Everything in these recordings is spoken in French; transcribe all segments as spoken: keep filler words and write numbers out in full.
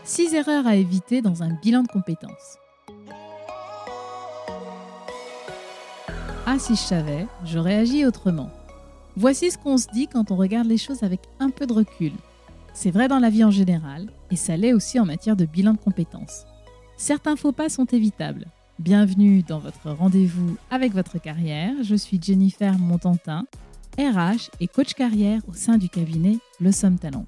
six erreurs à éviter dans un bilan de compétences. Ah, si je savais, j'aurais agi autrement. Voici ce qu'on se dit quand on regarde les choses avec un peu de recul. C'est vrai dans la vie en général, et ça l'est aussi en matière de bilan de compétences. Certains faux pas sont évitables. Bienvenue dans votre rendez-vous avec votre carrière. Je suis Jennifer Montantin, R H et coach carrière au sein du cabinet Le Somme Talent.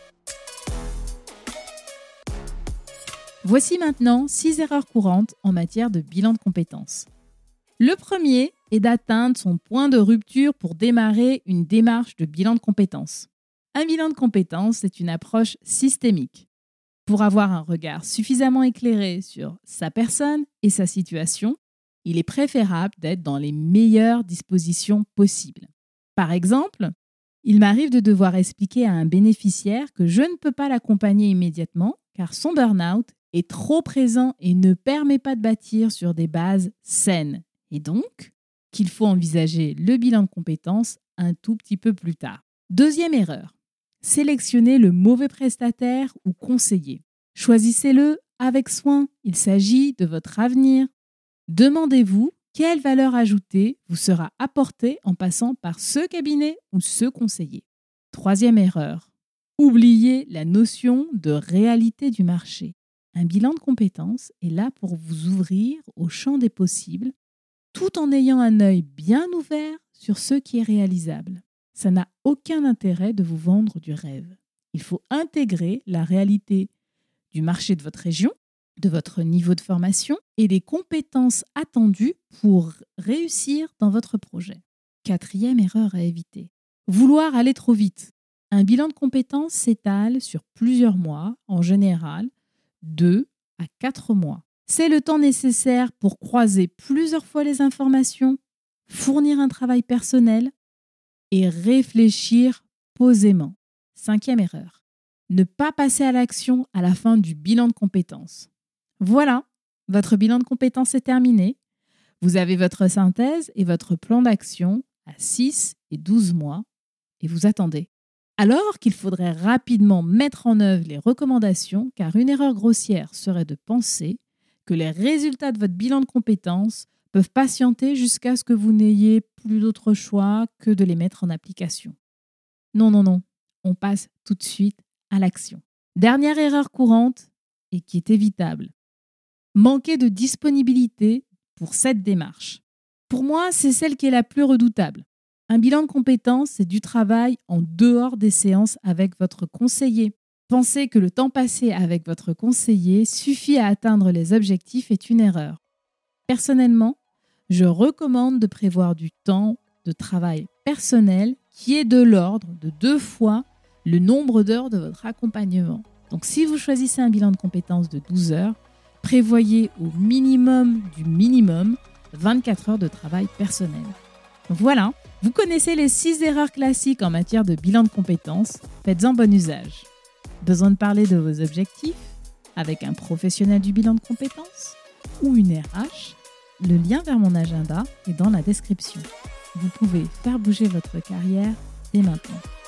Voici maintenant six erreurs courantes en matière de bilan de compétences. Le premier est d'atteindre son point de rupture pour démarrer une démarche de bilan de compétences. Un bilan de compétences est une approche systémique. Pour avoir un regard suffisamment éclairé sur sa personne et sa situation, il est préférable d'être dans les meilleures dispositions possibles. Par exemple, il m'arrive de devoir expliquer à un bénéficiaire que je ne peux pas l'accompagner immédiatement car son burn-out est trop présent et ne permet pas de bâtir sur des bases saines. Et donc, qu'il faut envisager le bilan de compétences un tout petit peu plus tard. Deuxième erreur, sélectionnez le mauvais prestataire ou conseiller. Choisissez-le avec soin, il s'agit de votre avenir. Demandez-vous quelle valeur ajoutée vous sera apportée en passant par ce cabinet ou ce conseiller. Troisième erreur, oubliez la notion de réalité du marché. Un bilan de compétences est là pour vous ouvrir au champ des possibles, tout en ayant un œil bien ouvert sur ce qui est réalisable. Ça n'a aucun intérêt de vous vendre du rêve. Il faut intégrer la réalité du marché de votre région, de votre niveau de formation et des compétences attendues pour réussir dans votre projet. Quatrième erreur à éviter. Vouloir aller trop vite. Un bilan de compétences s'étale sur plusieurs mois, en général deux à quatre mois. C'est le temps nécessaire pour croiser plusieurs fois les informations, fournir un travail personnel et réfléchir posément. Cinquième erreur. Ne pas passer à l'action à la fin du bilan de compétences. Voilà, votre bilan de compétences est terminé. Vous avez votre synthèse et votre plan d'action à six et douze mois et vous attendez. Alors qu'il faudrait rapidement mettre en œuvre les recommandations car une erreur grossière serait de penser que les résultats de votre bilan de compétences peuvent patienter jusqu'à ce que vous n'ayez plus d'autre choix que de les mettre en application. Non, non, non, on passe tout de suite à l'action. Dernière erreur courante et qui est évitable. Manquer de disponibilité pour cette démarche. Pour moi, c'est celle qui est la plus redoutable. Un bilan de compétences, c'est du travail en dehors des séances avec votre conseiller. Penser que le temps passé avec votre conseiller suffit à atteindre les objectifs est une erreur. Personnellement, je recommande de prévoir du temps de travail personnel qui est de l'ordre de deux fois le nombre d'heures de votre accompagnement. Donc si vous choisissez un bilan de compétences de douze heures, prévoyez au minimum du minimum vingt-quatre heures de travail personnel. Voilà, vous connaissez les six erreurs classiques en matière de bilan de compétences, faites-en bon usage. Besoin de parler de vos objectifs avec un professionnel du bilan de compétences ou une R H? Le lien vers mon agenda est dans la description. Vous pouvez faire bouger votre carrière dès maintenant.